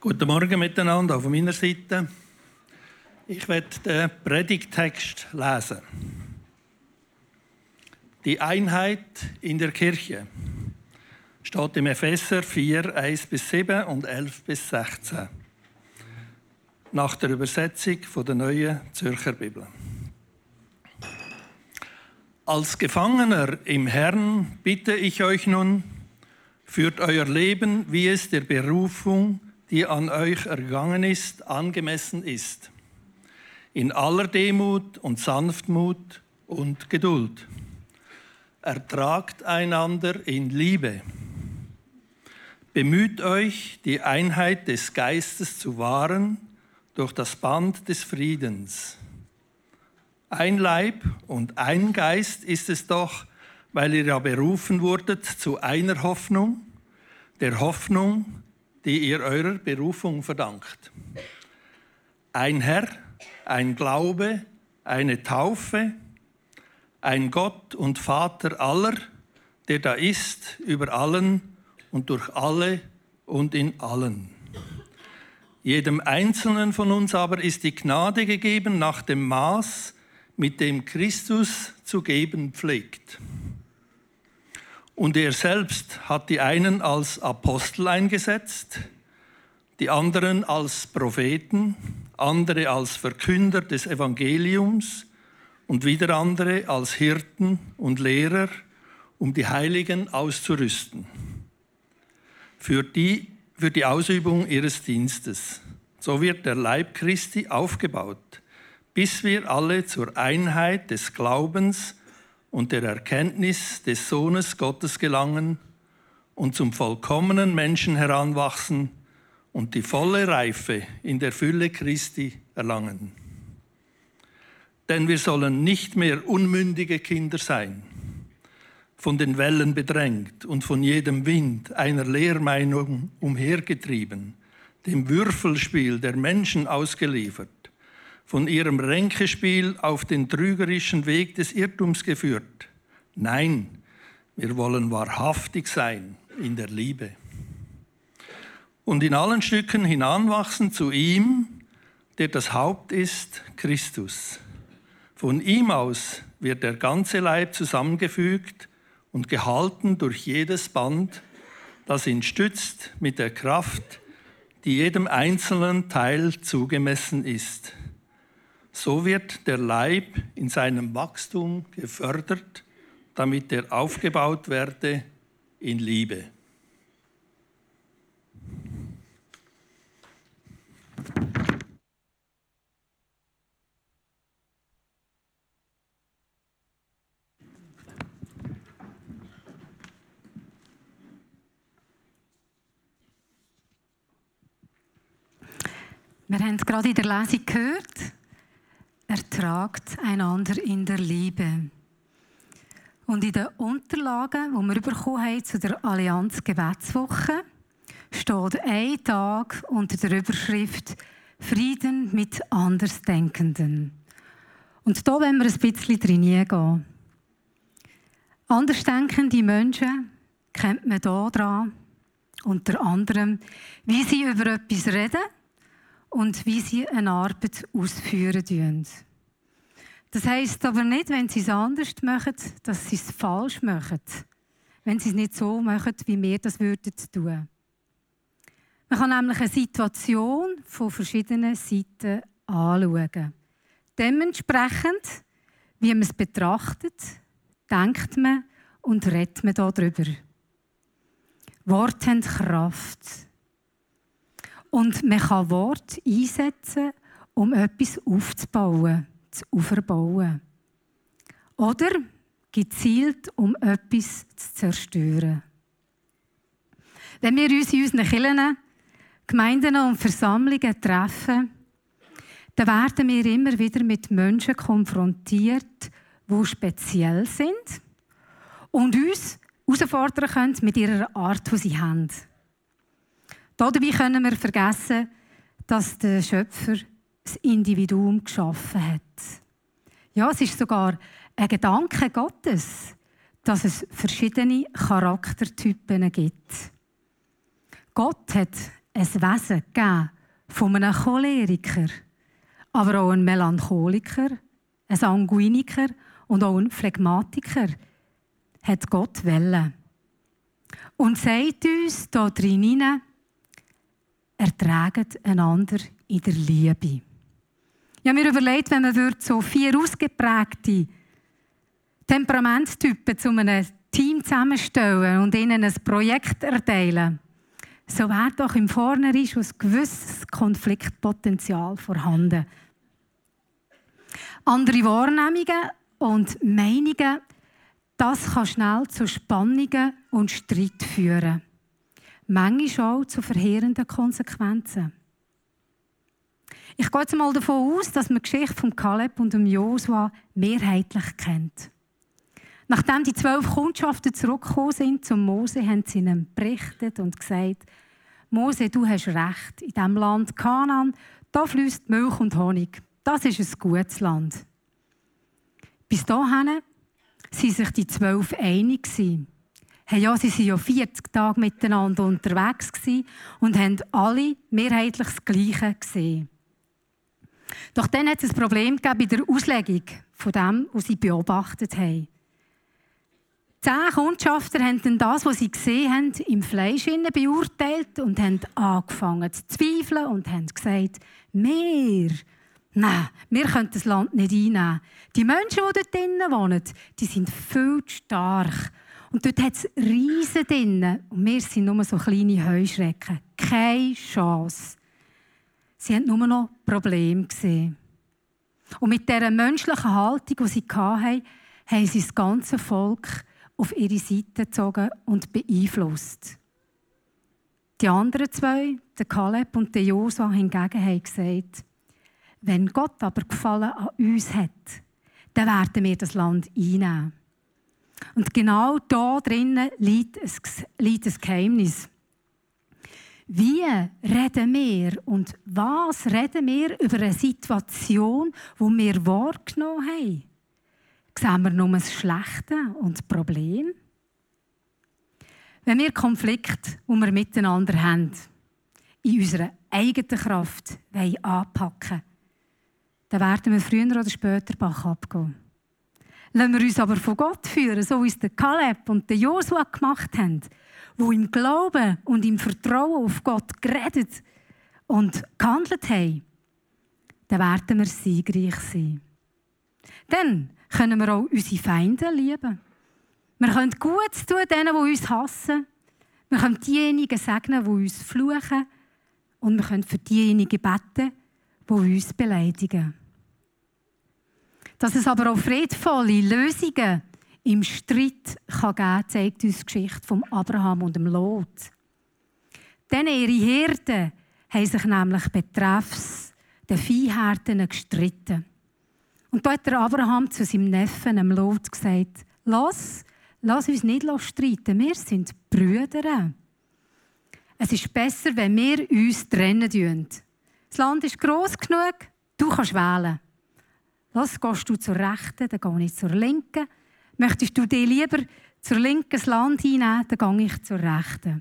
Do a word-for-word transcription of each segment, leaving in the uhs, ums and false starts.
Guten Morgen miteinander, auf meiner Seite. Ich werde den Predigttext lesen. Die Einheit in der Kirche steht im Epheser vier, eins bis sieben und elf bis sechzehn. Nach der Übersetzung von der Neuen Zürcher Bibel. Als Gefangener im Herrn bitte ich euch nun, führt euer Leben, wie es der Berufung, die an euch ergangen ist, angemessen ist. In aller Demut und Sanftmut und Geduld. Ertragt einander in Liebe. Bemüht euch, die Einheit des Geistes zu wahren durch das Band des Friedens. Ein Leib und ein Geist ist es doch, weil ihr ja berufen wurdet zu einer Hoffnung, der Hoffnung, die ihr eurer Berufung verdankt. Ein Herr, ein Glaube, eine Taufe, ein Gott und Vater aller, der da ist, über allen und durch alle und in allen. Jedem Einzelnen von uns aber ist die Gnade gegeben nach dem Maß, mit dem Christus zu geben pflegt. Und er selbst hat die einen als Apostel eingesetzt, die anderen als Propheten, andere als Verkünder des Evangeliums und wieder andere als Hirten und Lehrer, um die Heiligen auszurüsten. Für die, für die Ausübung ihres Dienstes. So wird der Leib Christi aufgebaut, bis wir alle zur Einheit des Glaubens und der Erkenntnis des Sohnes Gottes gelangen und zum vollkommenen Menschen heranwachsen und die volle Reife in der Fülle Christi erlangen. Denn wir sollen nicht mehr unmündige Kinder sein, von den Wellen bedrängt und von jedem Wind einer Lehrmeinung umhergetrieben, dem Würfelspiel der Menschen ausgeliefert, von ihrem Ränkespiel auf den trügerischen Weg des Irrtums geführt. Nein, wir wollen wahrhaftig sein in der Liebe. Und in allen Stücken hinanwachsen zu ihm, der das Haupt ist, Christus. Von ihm aus wird der ganze Leib zusammengefügt und gehalten durch jedes Band, das ihn stützt mit der Kraft, die jedem einzelnen Teil zugemessen ist. So wird der Leib in seinem Wachstum gefördert, damit er aufgebaut werde in Liebe. Wir haben es gerade in der Lesung gehört. Ertragt einander in der Liebe. Und in den Unterlagen, die wir bekommen haben zu der Allianz Gebetswoche, steht ein Tag unter der Überschrift Frieden mit Andersdenkenden. Und da wollen wir ein bisschen reingehen. Andersdenkende Menschen kennt man hier dran, unter anderem, wie sie über etwas reden und wie sie eine Arbeit ausführen. Das heisst aber nicht, wenn sie es anders machen, dass sie es falsch machen. Wenn sie es nicht so machen, wie wir das würden tun. Man kann nämlich eine Situation von verschiedenen Seiten anschauen. Dementsprechend, wie man es betrachtet, denkt man und redet man darüber. Worte haben Kraft. Und man kann Worte einsetzen, um etwas aufzubauen, zu aufbauen. Oder gezielt, um etwas zu zerstören. Wenn wir uns in unseren Kirchen, Gemeinden und Versammlungen treffen, dann werden wir immer wieder mit Menschen konfrontiert, die speziell sind und uns herausfordern können mit ihrer Art, die sie haben. Dabei können wir vergessen, dass der Schöpfer das Individuum geschaffen hat. Ja, es ist sogar ein Gedanke Gottes, dass es verschiedene Charaktertypen gibt. Gott hat ein Wesen gegeben von einem Choleriker, aber auch einen Melancholiker, einen Sanguiniker und auch einen Phlegmatiker, hat Gott wollen. Und sagt uns hier drinnen, ertraget einander in der Liebe. Ich habe mir überlegt, wenn man so vier ausgeprägte Temperamentstypen zu einem Team zusammenstellen und ihnen ein Projekt erteilen, so wäre doch im Vornherein schon ein gewisses Konfliktpotenzial vorhanden. Andere Wahrnehmungen und Meinungen, das kann schnell zu Spannungen und Streit führen. Manchmal auch zu verheerenden Konsequenzen. Ich gehe jetzt mal davon aus, dass man die Geschichte von Kaleb und Josua mehrheitlich kennt. Nachdem die zwölf Kundschaften zurückgekommen sind zum Mose, haben sie ihnen berichtet und gesagt, Mose, du hast recht, in diesem Land Kanaan, da fließt Milch und Honig. Das ist ein gutes Land. Bis dahin waren sich die zwölf einig. Hey, ja, sie waren ja vierzig Tage miteinander unterwegs und haben alle mehrheitlich das Gleiche gesehen. Doch dann hat es ein Problem gegeben bei der Auslegung von dem, was sie beobachtet haben. Zehn Kundschafter haben dann das, was sie gesehen haben, im Fleisch beurteilt und haben angefangen zu zweifeln und haben gesagt, wir, nein, wir können das Land nicht einnehmen. Die Menschen, die dort drinnen wohnen, die sind viel zu stark. Und dort hat es Riesen drinnen und wir sind nur so kleine Heuschrecken. Keine Chance. Sie haben nur noch Probleme gesehen. Und mit dieser menschlichen Haltung, die sie hatten, haben sie das ganze Volk auf ihre Seite gezogen und beeinflusst. Die anderen zwei, der Kaleb und der Josua hingegen, haben gesagt, wenn Gott aber Gefallen an uns hat, dann werden wir das Land einnehmen. Und genau da drinnen liegt ein, liegt ein Geheimnis. Wie reden wir und was reden wir über eine Situation, die wir wahrgenommen haben? Sehen wir nur das Schlechte und das Problem? Wenn wir Konflikte, die wir miteinander haben, in unserer eigenen Kraft anpacken wollen, dann werden wir früher oder später Bach abgehen. Lassen wir uns aber von Gott führen, so wie es der Kaleb und der Josua gemacht haben, die im Glauben und im Vertrauen auf Gott geredet und gehandelt haben, dann werden wir siegreich sein. Dann können wir auch unsere Feinde lieben. Wir können Gutes tun denen, die uns hassen. Wir können diejenigen segnen, die uns fluchen. Und wir können für diejenigen beten, die uns beleidigen. Dass es aber auch friedvolle Lösungen im Streit kann geben, zeigt uns die Geschichte von Abraham und dem Lot. Denn ihre Hirten haben sich nämlich betreffs den Viehhärten gestritten. Und da hat der Abraham zu seinem Neffen, dem Lot, gesagt, lass, lass uns nicht streiten, wir sind Brüder. Es ist besser, wenn wir uns trennen. Das Land ist gross genug, du kannst wählen. Lass, gehst du zur Rechten, dann gehe ich zur Linken. Möchtest du dich lieber zur Linken das Land einnehmen, dann gehe ich zur Rechten.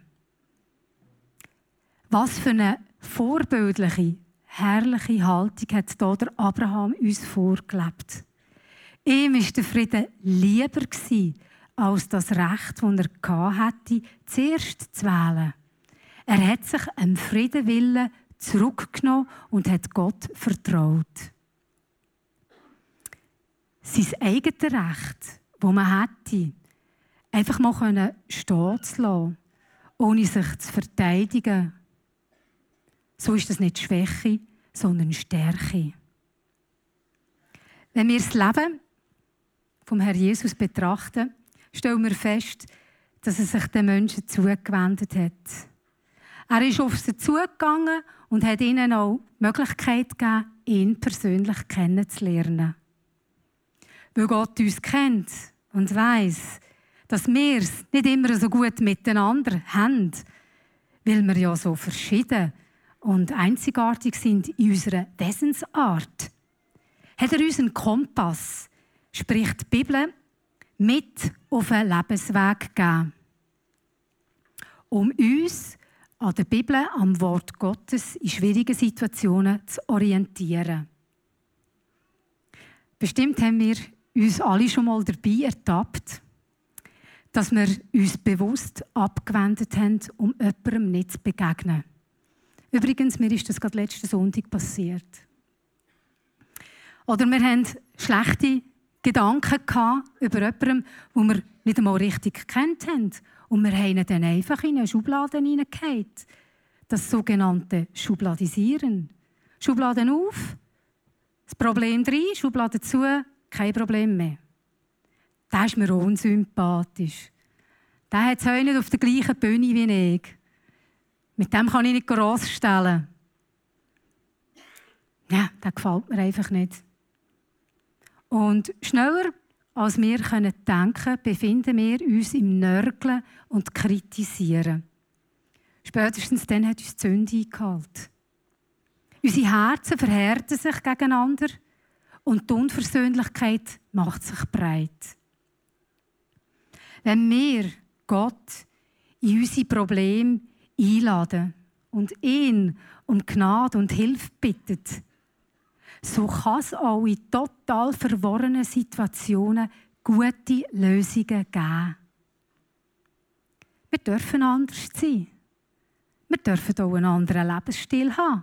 Was für eine vorbildliche, herrliche Haltung hat hier der Abraham uns vorgelebt. Ihm war der Frieden lieber als das Recht, das er hatte, zuerst zu wählen. Er hat sich am Friedenwillen zurückgenommen und hat Gott vertraut. Sein eigenes Recht, das man hätte, einfach mal stehen zu lassen, ohne sich zu verteidigen. So ist das nicht Schwäche, sondern Stärke. Wenn wir das Leben vom Herrn Jesus betrachten, stellen wir fest, dass er sich den Menschen zugewendet hat. Er ist auf sie zugegangen und hat ihnen auch die Möglichkeit gegeben, ihn persönlich kennenzulernen. Weil Gott uns kennt und weiss, dass wir es nicht immer so gut miteinander haben, weil wir ja so verschieden und einzigartig sind in unserer Wesensart, hat er uns einen Kompass, sprich die Bibel, mit auf einen Lebensweg gegeben, um uns an der Bibel, am Wort Gottes in schwierigen Situationen zu orientieren. Bestimmt haben wir uns alle schon mal dabei ertappt, dass wir uns bewusst abgewendet haben, um jemandem nicht zu begegnen. Übrigens, mir ist das gerade letzten Sonntag passiert. Oder wir hatten schlechte Gedanken über jemanden, den wir nicht einmal richtig gekannt haben. Und wir haben ihn dann einfach in eine Schublade hineingehauen. Das sogenannte Schubladisieren. Schubladen auf, das Problem drin, Schublade zu, kein Problem mehr. Der ist mir unsympathisch. Der hat es heute nicht auf der gleichen Bühne wie ich. Mit dem kann ich nicht gross stellen. Ja, der gefällt mir einfach nicht. Und schneller, als wir denken können, befinden wir uns im Nörgeln und Kritisieren. Spätestens dann hat uns die Sünde eingehalten. Unsere Herzen verhärten sich gegeneinander und die Unversöhnlichkeit macht sich breit. Wenn wir Gott in unsere Probleme einladen und ihn um Gnade und Hilfe bitten, so kann es auch in total verworrenen Situationen gute Lösungen geben. Wir dürfen anders sein. Wir dürfen auch einen anderen Lebensstil haben.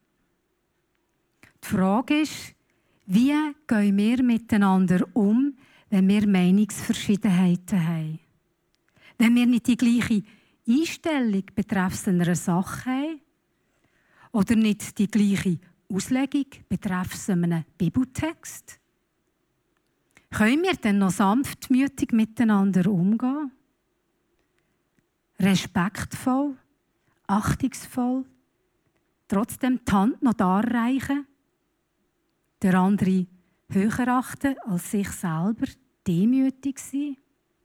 Die Frage ist, wie gehen wir miteinander um, wenn wir Meinungsverschiedenheiten haben? Wenn wir nicht die gleiche Einstellung betreffend einer Sache haben oder nicht die gleiche Auslegung betreffend einem Bibeltext? Können wir denn noch sanftmütig miteinander umgehen? Respektvoll, achtungsvoll, trotzdem die Hand noch darreichen? Der andere höher achten als sich selber, demütig sein?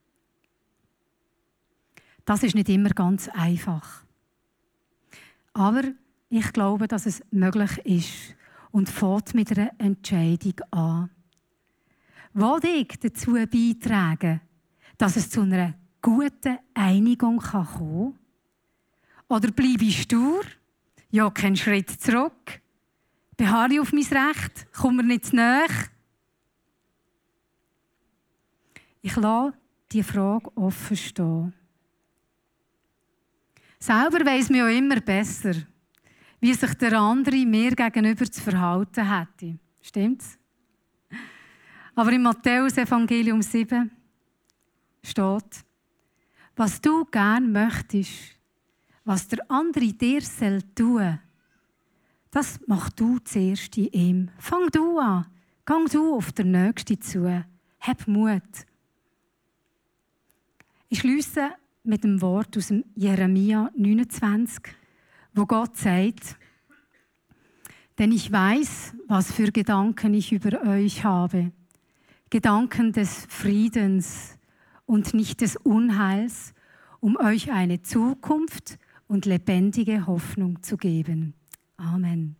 Das ist nicht immer ganz einfach. Aber ich glaube, dass es möglich ist und fängt mit einer Entscheidung an. Will ich dazu beitragen, dass es zu einer guten Einigung kommen kann? Oder bleibe ich stur? Ja, keinen Schritt zurück. Beharre ich auf mein Recht? Komme mir nicht zu nahe? Ich lasse diese Frage offen stehen. Selber weiss man ja immer besser, wie sich der andere mir gegenüber zu verhalten hätte. Stimmt's? Aber im Matthäus-Evangelium sieben steht, was du gern möchtest, was der andere dir soll tun, das mach du zuerst in ihm. Fang du an. Gang du auf den Nächsten zu. Hab Mut. Ich schliesse mit dem Wort aus dem Jeremia neunundzwanzig, wo Gott sagt, denn ich weiß, was für Gedanken ich über euch habe. Gedanken des Friedens und nicht des Unheils, um euch eine Zukunft und lebendige Hoffnung zu geben. Amen.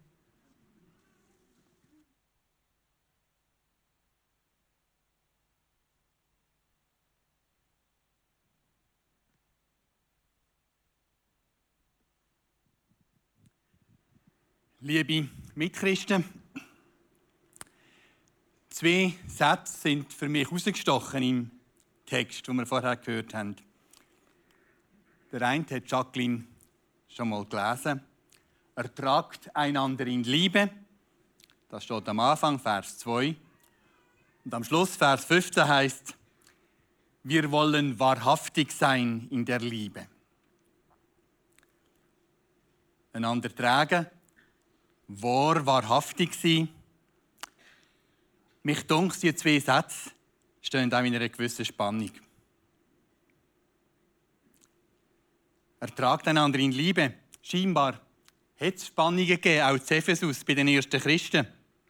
Liebe Mitchristen, zwei Sätze sind für mich herausgestochen im Text, den wir vorher gehört haben. Der eine hat Jacqueline schon mal gelesen. Ertragt einander in Liebe. Das steht am Anfang, Vers zwei. Und am Schluss, Vers fünfzehn, heißt: Wir wollen wahrhaftig sein in der Liebe. Einander tragen, wahr, wahrhaftig sein. Mich dunkt, die zwei Sätze stehen auch in einer gewissen Spannung. Ertragt einander in Liebe. Scheinbar hat es Spannungen gegeben, auch zu Ephesus, bei den ersten Christen.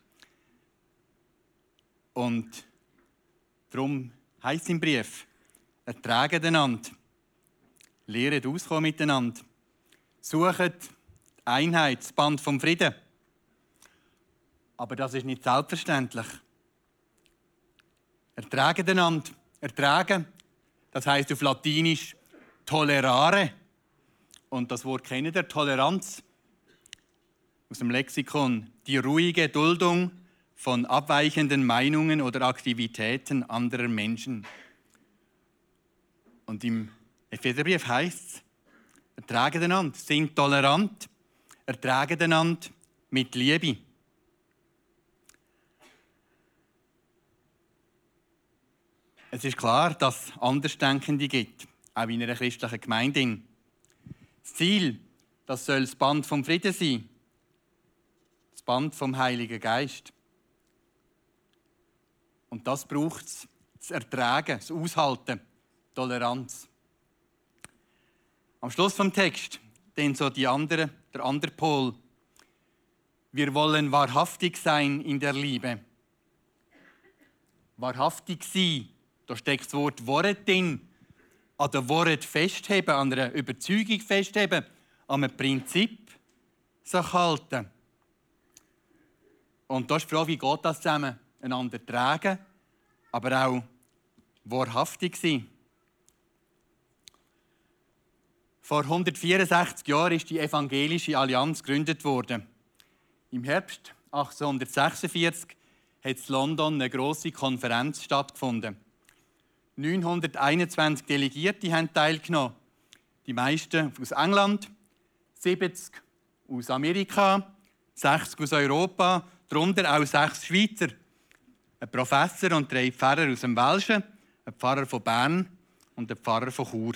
Und darum heisst es im Brief, ertragen einander, lernt auskommen miteinander, sucht die Einheit, das Band vom Frieden. Aber das ist nicht selbstverständlich. Ertragen einander, ertragen, das heisst auf Latinisch tolerare. Und das Wort kennen der Toleranz aus dem Lexikon. Die ruhige Duldung von abweichenden Meinungen oder Aktivitäten anderer Menschen. Und im Epheserbrief heißt es, ertragen einander, sind tolerant, ertragen einander mit Liebe. Es ist klar, dass es Andersdenkende gibt, auch in einer christlichen Gemeinde. Das Ziel, das soll das Band vom Frieden sein, das Band vom Heiligen Geist. Und das braucht es, das Ertragen, das Aushalten, Toleranz. Am Schluss vom Text, dann so die andere, der andere Pol. Wir wollen wahrhaftig sein in der Liebe. Wahrhaftig sein, da steckt das Wort Wort drin. An der Wort festheben, an einer Überzeugung festheben, an einem Prinzip sich halten. Und da ist die Frage, wie geht das zusammen? Einander tragen, aber auch wahrhaftig sein. Vor hundertvierundsechzig Jahren ist die Evangelische Allianz gegründet worden. Im Herbst achtzehnhundertsechsundvierzig hat in London eine grosse Konferenz stattgefunden. neunhunderteinundzwanzig Delegierte haben teilgenommen. Die meisten aus England, siebzig aus Amerika, sechzig aus Europa, darunter auch sechs Schweizer. Ein Professor und drei Pfarrer aus dem Welschen, ein Pfarrer von Bern und ein Pfarrer von Chur.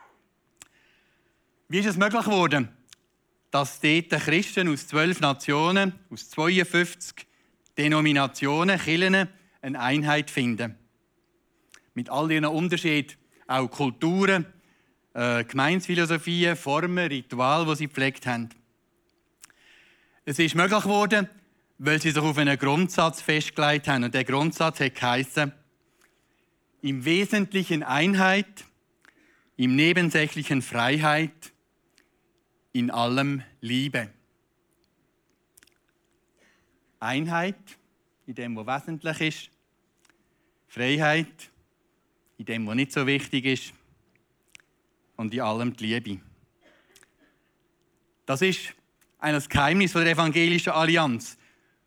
Wie ist es möglich geworden, dass dort Christen aus zwölf Nationen, aus zweiundfünfzig Denominationen, Kirchen eine Einheit finden? Mit all ihren Unterschieden, auch Kulturen, äh, Gemeinsphilosophien, Formen, Rituale, die sie gepflegt haben. Es ist möglich geworden, weil sie sich auf einen Grundsatz festgelegt haben. Und der Grundsatz hat geheissen: im Wesentlichen Einheit, im Nebensächlichen Freiheit, in allem Liebe. Einheit in dem, was wesentlich ist. Freiheit in dem, was nicht so wichtig ist. Und in allem die Liebe. Das ist ein Geheimnis der Evangelischen Allianz.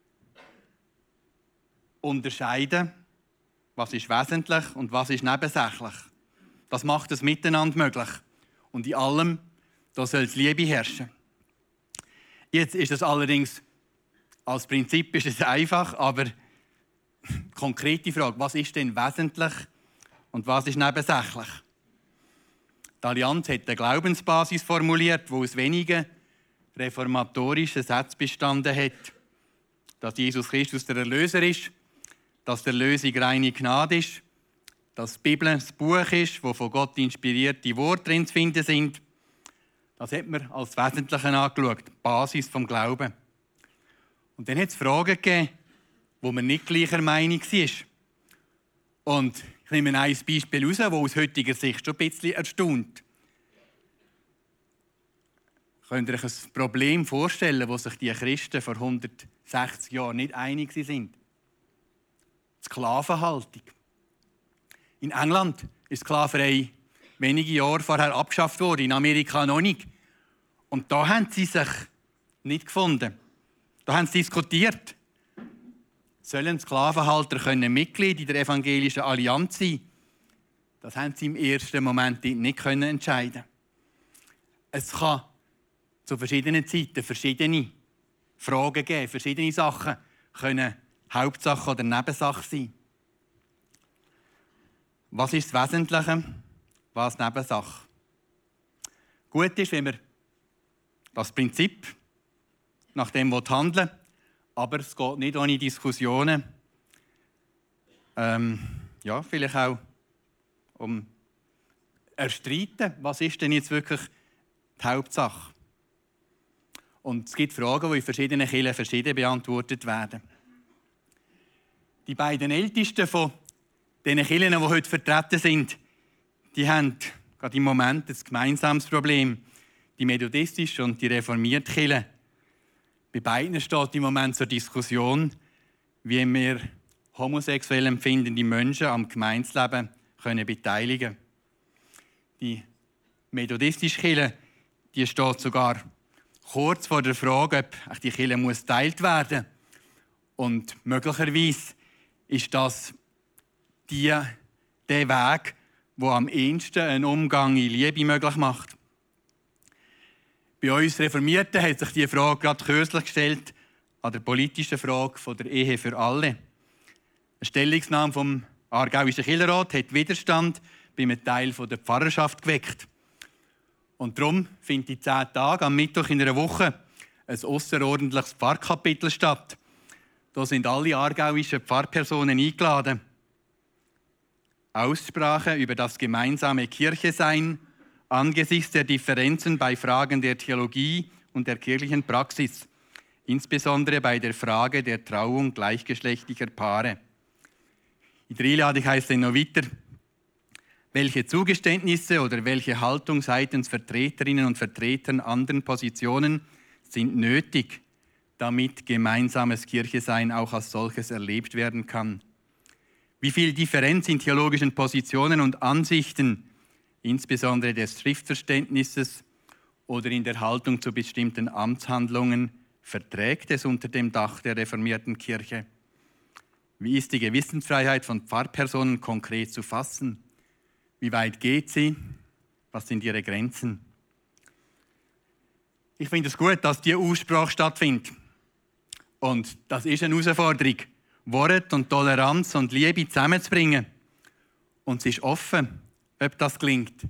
Unterscheiden, was ist wesentlich und was ist nebensächlich. Das macht das Miteinander möglich. Und in allem, da soll die Liebe herrschen. Jetzt ist das allerdings, als Prinzip ist es einfach, aber konkrete Frage, was ist denn wesentlich und was ist nebensächlich? Die Allianz hat eine Glaubensbasis formuliert, die aus wenigen reformatorischen Sätzen bestanden hat. Dass Jesus Christus der Erlöser ist, dass die Erlösung reine Gnade ist, dass die Bibel ein Buch ist, wo von Gott inspirierte Worte drin zu finden sind. Das hat man als Wesentliche angeschaut, die Basis des Glaubens. Und dann hat es Fragen gegeben, wo man nicht gleicher Meinung war. Und ich nehme ein Beispiel heraus, das aus heutiger Sicht schon ein bisschen erstaunt. Könnt ihr euch ein Problem vorstellen, wo sich die Christen vor hundertsechzig Jahren nicht einig sind? Die Sklavenhaltung. In England ist Sklaverei wenige Jahre vorher abgeschafft worden, in Amerika noch nicht. Und da haben sie sich nicht gefunden. Da haben sie diskutiert. Sollen Sklavenhalter können Mitglied in der Evangelischen Allianz sein? Das haben sie im ersten Moment nicht entscheiden. Es kann zu verschiedenen Zeiten verschiedene Fragen geben, verschiedene Sachen können Hauptsache oder Nebensache sein. Was ist das Wesentliche? Was Nebensache? Gut ist, wenn wir das Prinzip nach dem handeln, aber es geht nicht ohne Diskussionen. Ähm, ja, vielleicht auch um erstreiten, was ist denn jetzt wirklich die Hauptsache? Und es gibt Fragen, die in verschiedenen Kirchen verschieden beantwortet werden. Die beiden ältesten von diesen Kirchen, die heute vertreten sind, die haben gerade im Moment ein gemeinsames Problem. Die methodistische und die reformierte Kirche. Bei beiden steht im Moment zur Diskussion, wie wir homosexuell empfindende Menschen am Gemeinsleben können beteiligen können. Die methodistische Kirche, die die steht sogar kurz vor der Frage, ob die Kirche muss geteilt werden muss. Und möglicherweise ist das die, der Weg, der am ehesten einen Umgang in Liebe möglich macht. Bei uns Reformierten hat sich diese Frage gerade kürzlich gestellt an der politischen Frage von der Ehe für alle. Eine Stellungnahme vom Aargauischen Kirchenrat hat Widerstand bei einem Teil der Pfarrerschaft geweckt. Und darum findet in zehn Tagen am Mittwoch in einer Woche ein ausserordentliches Pfarrkapitel statt. Da sind alle aargauischen Pfarrpersonen eingeladen. Aussprache über das gemeinsame Kirchesein angesichts der Differenzen bei Fragen der Theologie und der kirchlichen Praxis, insbesondere bei der Frage der Trauung gleichgeschlechtlicher Paare. In der Einladung heisst es noch weiter, welche Zugeständnisse oder welche Haltung seitens Vertreterinnen und Vertretern anderen Positionen sind nötig, damit gemeinsames Kirchesein auch als solches erlebt werden kann. Wie viel Differenz in theologischen Positionen und Ansichten, insbesondere des Schriftverständnisses oder in der Haltung zu bestimmten Amtshandlungen, verträgt es unter dem Dach der reformierten Kirche? Wie ist die Gewissensfreiheit von Pfarrpersonen konkret zu fassen? Wie weit geht sie? Was sind ihre Grenzen? Ich finde es gut, dass diese Aussprache stattfindet. Und das ist eine Herausforderung, Wort und Toleranz und Liebe zusammenzubringen. Und es ist offen, ob das gelingt.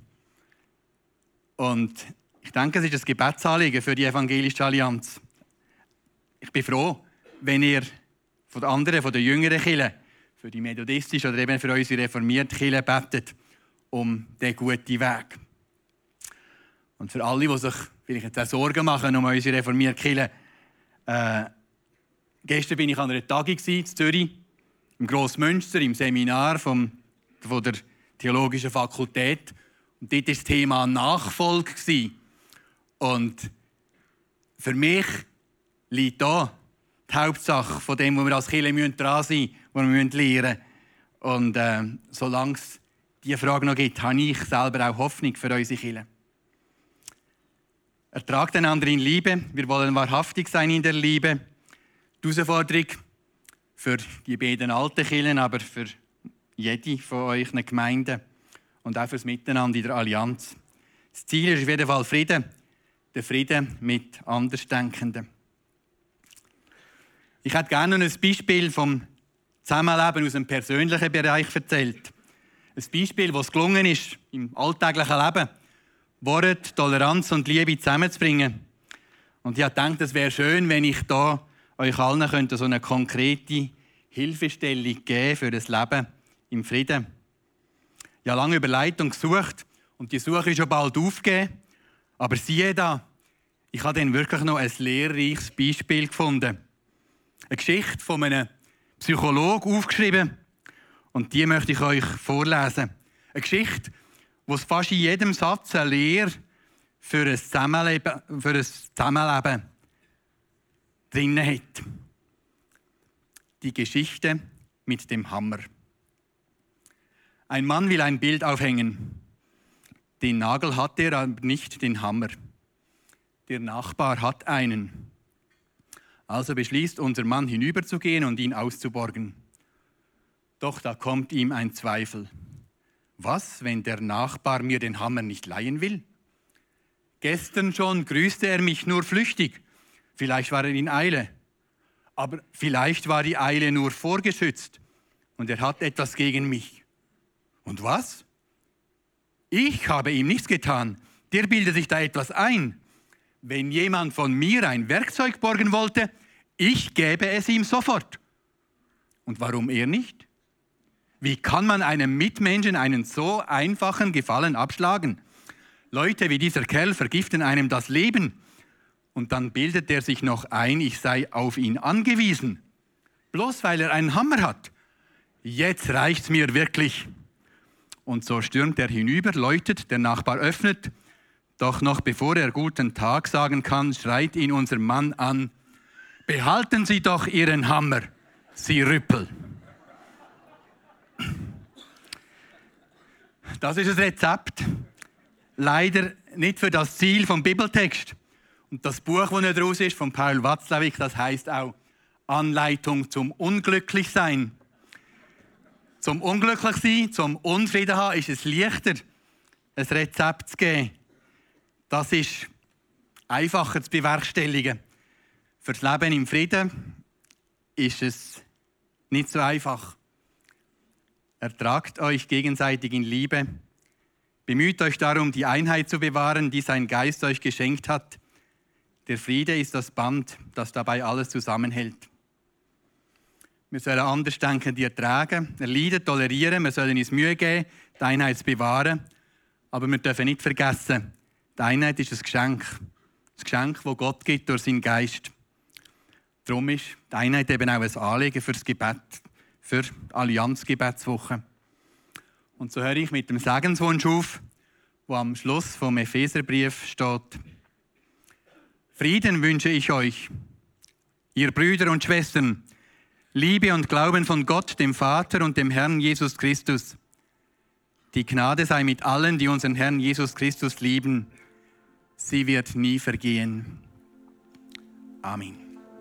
Und ich denke, es ist ein Gebetsanliegen für die Evangelische Allianz. Ich bin froh, wenn ihr von den anderen, von den jüngeren Kirchen, für die methodistische oder eben für unsere reformierte Kirche betet, um diesen guten Weg. Und für alle, die sich vielleicht jetzt auch Sorgen machen um unsere reformierte Kirche, äh, gestern war ich an einer Tagung in Zürich, im Grossmünster, im Seminar vom, von der Theologischen Fakultät. Und dort war das Thema Nachfolge. Und für mich liegt da die Hauptsache von dem, wo wir als Kirche dran sein müssen, wo wir lernen müssen. Und äh, solange es diese Frage noch gibt, habe ich selber auch Hoffnung für unsere Kirche. Ertragt einander in Liebe. Wir wollen wahrhaftig sein in der Liebe. Die Herausforderung für die beiden alten Kirchen, aber für jede von euch Gemeinden und auch für das Miteinander in der Allianz. Das Ziel ist auf jeden Fall Frieden. Der Frieden mit Andersdenkenden. Ich hätte gerne noch ein Beispiel vom Zusammenleben aus dem persönlichen Bereich erzählt. Ein Beispiel, das es gelungen ist, im alltäglichen Leben Wort, Toleranz und Liebe zusammenzubringen. Und ich dachte, es wäre schön, wenn ich da euch allen könnte so eine konkrete Hilfestellung geben für das Leben im Frieden. Ich habe lange überlegt und gesucht und die Suche ist schon bald aufgegeben. Aber siehe da, ich habe dann wirklich noch ein lehrreiches Beispiel gefunden. Eine Geschichte von einem Psychologen aufgeschrieben und die möchte ich euch vorlesen. Eine Geschichte, wo es fast in jedem Satz eine Lehre für ein Zusammenleben, für ein Zusammenleben drin hat. Die Geschichte mit dem Hammer. Ein Mann will ein Bild aufhängen. Den Nagel hat er, aber nicht den Hammer. Der Nachbar hat einen. Also beschließt unser Mann hinüberzugehen und ihn auszuborgen. Doch da kommt ihm ein Zweifel. Was, wenn der Nachbar mir den Hammer nicht leihen will? Gestern schon grüßte er mich nur flüchtig. Vielleicht war er in Eile. Aber vielleicht war die Eile nur vorgeschützt und er hat etwas gegen mich. Und was? Ich habe ihm nichts getan. Der bildet sich da etwas ein. Wenn jemand von mir ein Werkzeug borgen wollte, ich gäbe es ihm sofort. Und warum er nicht? Wie kann man einem Mitmenschen einen so einfachen Gefallen abschlagen? Leute wie dieser Kerl vergiften einem das Leben. Und dann bildet er sich noch ein, ich sei auf ihn angewiesen. Bloß weil er einen Hammer hat. Jetzt reicht's mir wirklich. Und so stürmt er hinüber, läutet, der Nachbar öffnet. Doch noch bevor er guten Tag sagen kann, schreit ihn unser Mann an. Behalten Sie doch Ihren Hammer, Sie Rüppel. Das ist das Rezept. Leider nicht für das Ziel vom Bibeltext. Und das Buch, das nicht raus ist, von Paul Watzlawick, das heisst auch Anleitung zum Unglücklichsein. Zum Unglücklichsein, zum Unfrieden haben, ist es leichter, ein Rezept zu geben. Das ist einfacher zu bewerkstelligen. Für das Leben im Frieden ist es nicht so einfach. Ertragt euch gegenseitig in Liebe. Bemüht euch darum, die Einheit zu bewahren, die sein Geist euch geschenkt hat. Der Friede ist das Band, das dabei alles zusammenhält. Wir sollen Andersdenkende ertragen, erleiden, tolerieren. Wir sollen uns Mühe geben, die Einheit zu bewahren. Aber wir dürfen nicht vergessen, die Einheit ist ein Geschenk. Ein Geschenk, das Gott gibt durch seinen Geist. Darum ist die Einheit eben auch ein Anliegen für das Gebet, für die Allianzgebetswoche. Und so höre ich mit dem Segenswunsch auf, wo am Schluss vom Epheserbrief steht: Frieden wünsche ich euch, ihr Brüder und Schwestern, Liebe und Glauben von Gott, dem Vater und dem Herrn Jesus Christus. Die Gnade sei mit allen, die unseren Herrn Jesus Christus lieben. Sie wird nie vergehen. Amen.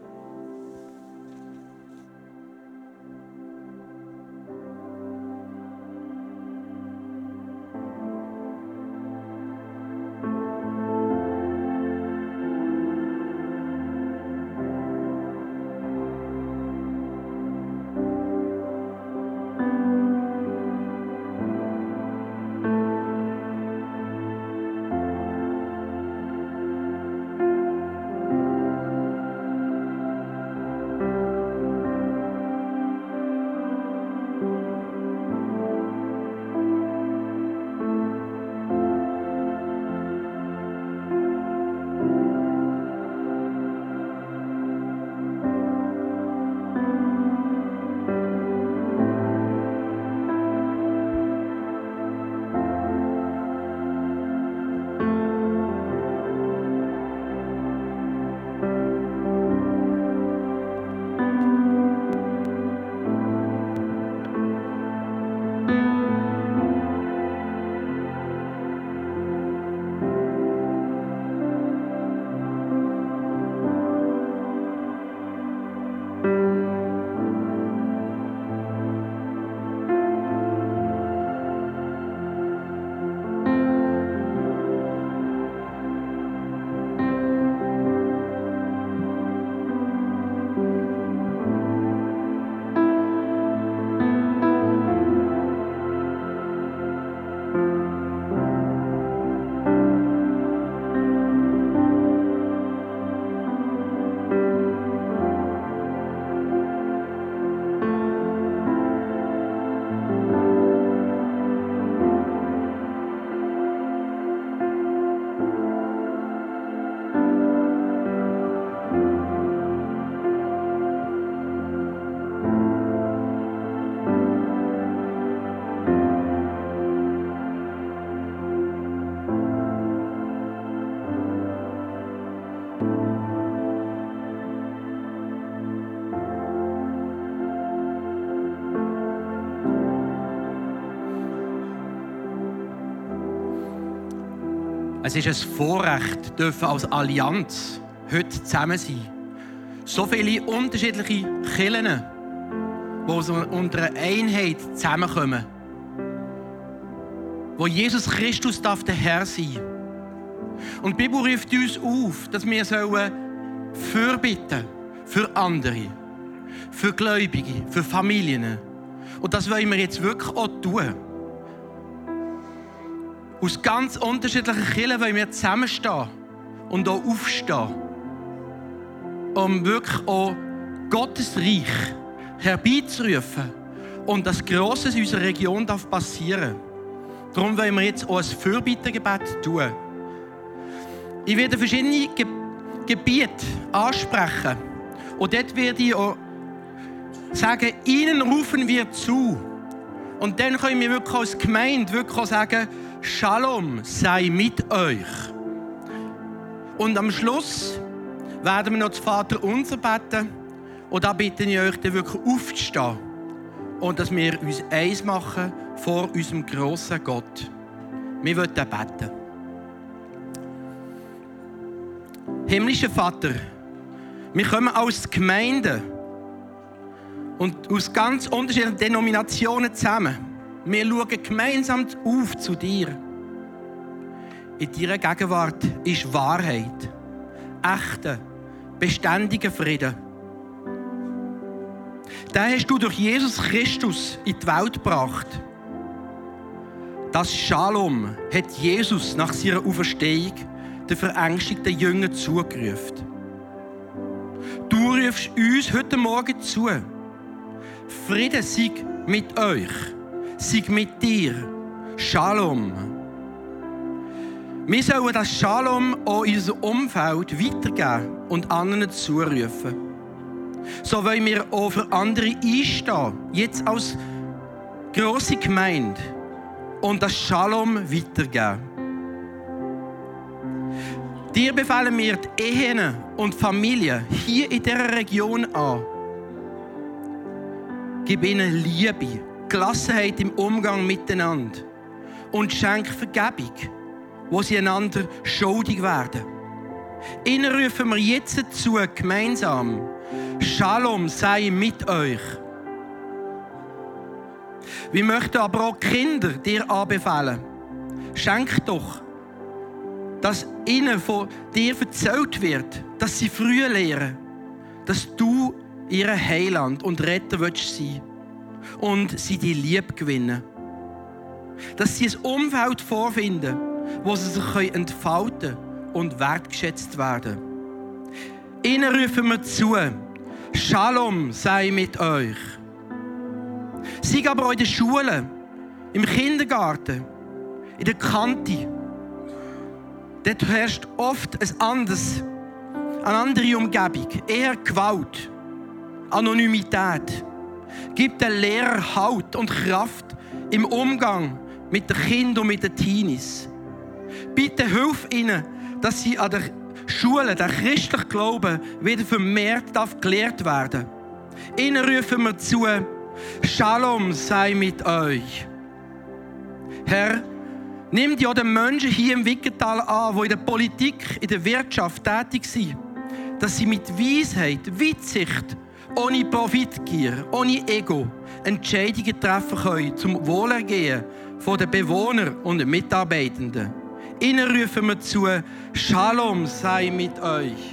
Es ist ein Vorrecht, dürfen als Allianz heute zusammen sein. So viele unterschiedliche Kirchen, die unter einer Einheit zusammenkommen. Wo Jesus Christus darf der Herr sein. Und die Bibel ruft uns auf, dass wir sollen fürbitten für andere, für Gläubige, für Familien. Und das wollen wir jetzt wirklich auch tun. Aus ganz unterschiedlichen Kirchen wollen wir zusammenstehen und auch aufstehen, um wirklich auch Gottes Reich herbeizurufen und das Grosses in unserer Region darf passieren. Darum wollen wir jetzt auch ein Fürbittengebet tun. Ich werde verschiedene Ge- Gebiete ansprechen und dort werde ich auch sagen, ihnen rufen wir zu. Und dann können wir wirklich als Gemeinde wirklich auch sagen, Shalom sei mit euch. Und am Schluss werden wir noch das Vaterunser beten. Und da bitte ich euch, dann wirklich aufzustehen. Und dass wir uns eins machen vor unserem grossen Gott. Wir wollen beten. Himmlischer Vater, wir kommen aus Gemeinden und aus ganz unterschiedlichen Denominationen zusammen. Wir schauen gemeinsam auf zu dir. In deiner Gegenwart ist Wahrheit, echter, beständiger Frieden. Den hast du durch Jesus Christus in die Welt gebracht. Das Shalom hat Jesus nach seiner Auferstehung den verängstigten Jüngern zugerufen. Du rufst uns heute Morgen zu. Friede sei mit euch, sei mit dir. Shalom. Wir sollen das Shalom auch in unserem Umfeld weitergeben und anderen zurufen. So wollen wir auch für andere einstehen, jetzt als grosse Gemeinde, und das Shalom weitergeben. Dir befehlen wir die Ehen und Familien hier in dieser Region an. Gib ihnen Liebe, Gelassenheit im Umgang miteinander und schenk Vergebung, wo sie einander schuldig werden. Ihnen rufen wir jetzt zu, gemeinsam: Shalom sei mit euch. Wir möchten aber auch Kinder dir anbefehlen. Schenk doch, dass ihnen von dir erzählt wird, dass sie früh lernen, dass du ihr Heiland und Retter willst sein und sie die Liebe gewinnen. Dass sie ein Umfeld vorfinden, wo sie sich entfalten und wertgeschätzt werden. Ihnen rufen wir zu: Shalom sei mit euch. Sei aber auch in der Schule, im Kindergarten, in der Kante. Dort herrscht oft ein anderes, eine andere Umgebung, eher Gewalt, Anonymität. Gib den Lehrern Halt und Kraft im Umgang mit den Kindern und mit den Teenies. Bitte hilf ihnen, dass sie an der Schule den christlichen Glauben wieder vermehrt darf gelehrt werden. Ihnen rufen wir zu: Shalom sei mit euch. Herr, nimm die auch den Menschen hier im Wickental an, die in der Politik, in der Wirtschaft tätig sind, dass sie mit Weisheit, Weitsicht, ohne Profitgier, ohne Ego Entscheidungen treffen können zum Wohlergehen der Bewohner und Mitarbeitenden. Ihnen rufen wir zu: Shalom sei mit euch.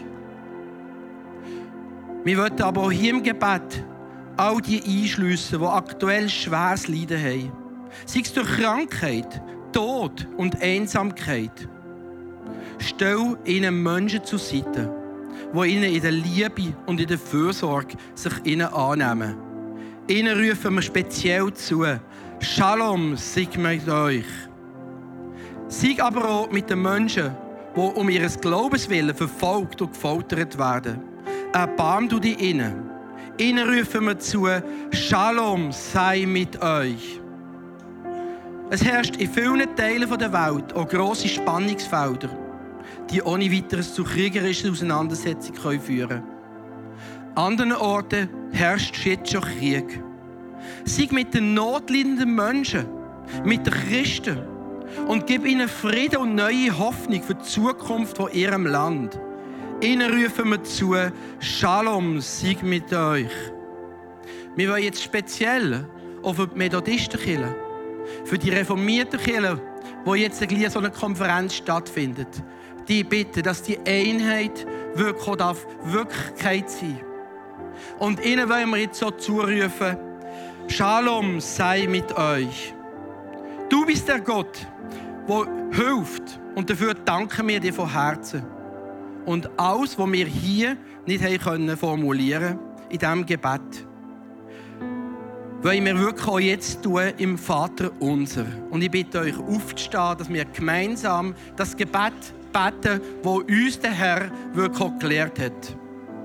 Wir wollen aber auch hier im Gebet all die einschliessen, die aktuell schweres Leiden haben. Sei es durch Krankheit, Tod und Einsamkeit. Stell ihnen Menschen zur Seite, die ihnen in der Liebe und in der Fürsorge sich ihnen annehmen. Ihnen rufen wir speziell zu: Shalom sei mit euch. Sei aber auch mit den Menschen, die um ihres Glaubens willen verfolgt und gefoltert werden. Erbarm du dich ihnen. Ihnen rufen wir zu: Shalom sei mit euch. Es herrscht in vielen Teilen der Welt auch grosse Spannungsfelder, die ohne weiteres zu kriegerischen Auseinandersetzungen führen können. An anderen Orten herrscht jetzt schon Krieg. Sei mit den notleidenden Menschen, mit den Christen, und gib ihnen Frieden und neue Hoffnung für die Zukunft von ihrem Land. Ihnen rufen wir zu: Shalom sei mit euch. Wir wollen jetzt speziell auch für die Methodistenkirche, für die reformierten Kirchen, wo jetzt gleich so eine Konferenz stattfindet, die bitten, dass die Einheit wirklich auch darf Wirklichkeit sein. Und ihnen wollen wir jetzt so zurufen: Shalom sei mit euch. Du bist der Gott, der hilft, und dafür danken wir dir von Herzen. Und alles, was wir hier nicht haben formulieren können, in diesem Gebet, wollen wir wirklich auch jetzt tun im Vater unser. Und ich bitte euch aufzustehen, dass wir gemeinsam das Gebet beten, das uns der Herr wirklich auch gelehrt hat.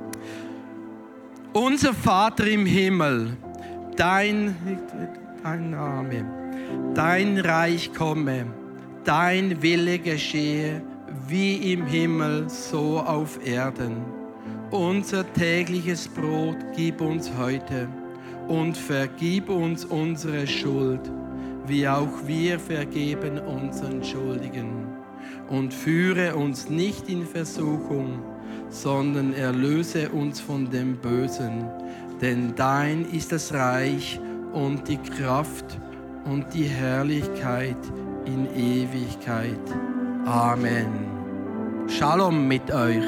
Unser Vater im Himmel, dein, dein Name, dein Reich komme, dein Wille geschehe, wie im Himmel, so auf Erden. Unser tägliches Brot gib uns heute und vergib uns unsere Schuld, wie auch wir vergeben unseren Schuldigen. Und führe uns nicht in Versuchung, sondern erlöse uns von dem Bösen. Denn dein ist das Reich und die Kraft und die Herrlichkeit in Ewigkeit. Amen. Shalom mit euch.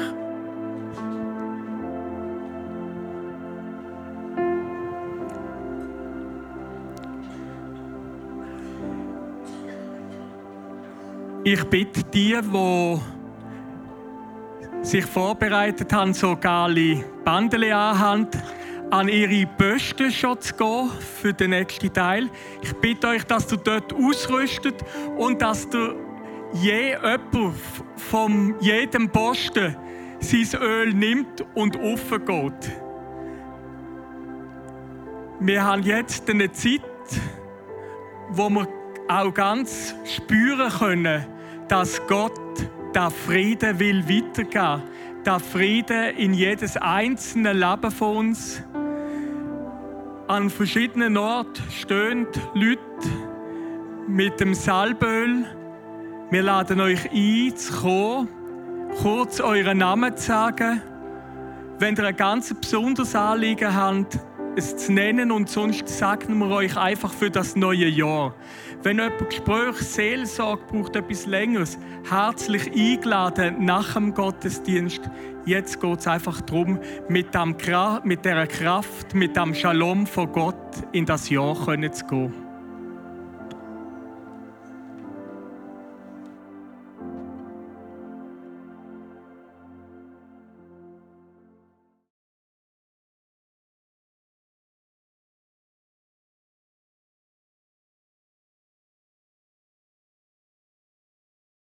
Ich bitte die, die sich vorbereitet haben, so geile Bandeli anhaben, an ihre Posten schon zu gehen für den nächsten Teil. Ich bitte euch, dass du dort ausrüstet und dass du je jemand von jedem Posten sein Öl nimmt und aufgeht. Wir haben jetzt eine Zeit, wo wir auch ganz spüren können, dass Gott der Frieden will weitergeben. Der Frieden in jedes einzelne Leben von uns. An verschiedenen Orten stehen Leute mit dem Salböl. Wir laden euch ein, zu kommen, kurz euren Namen zu sagen. Wenn ihr ein ganz besonderes Anliegen habt, es zu nennen, und sonst sagen wir euch einfach für das neue Jahr. Wenn jemand Gespräch, Seelsorge braucht, etwas Längeres, herzlich eingeladen nach dem Gottesdienst. Jetzt geht es einfach darum, mit, dem, mit dieser Kraft, mit dem Shalom von Gott in das Jahr zu gehen.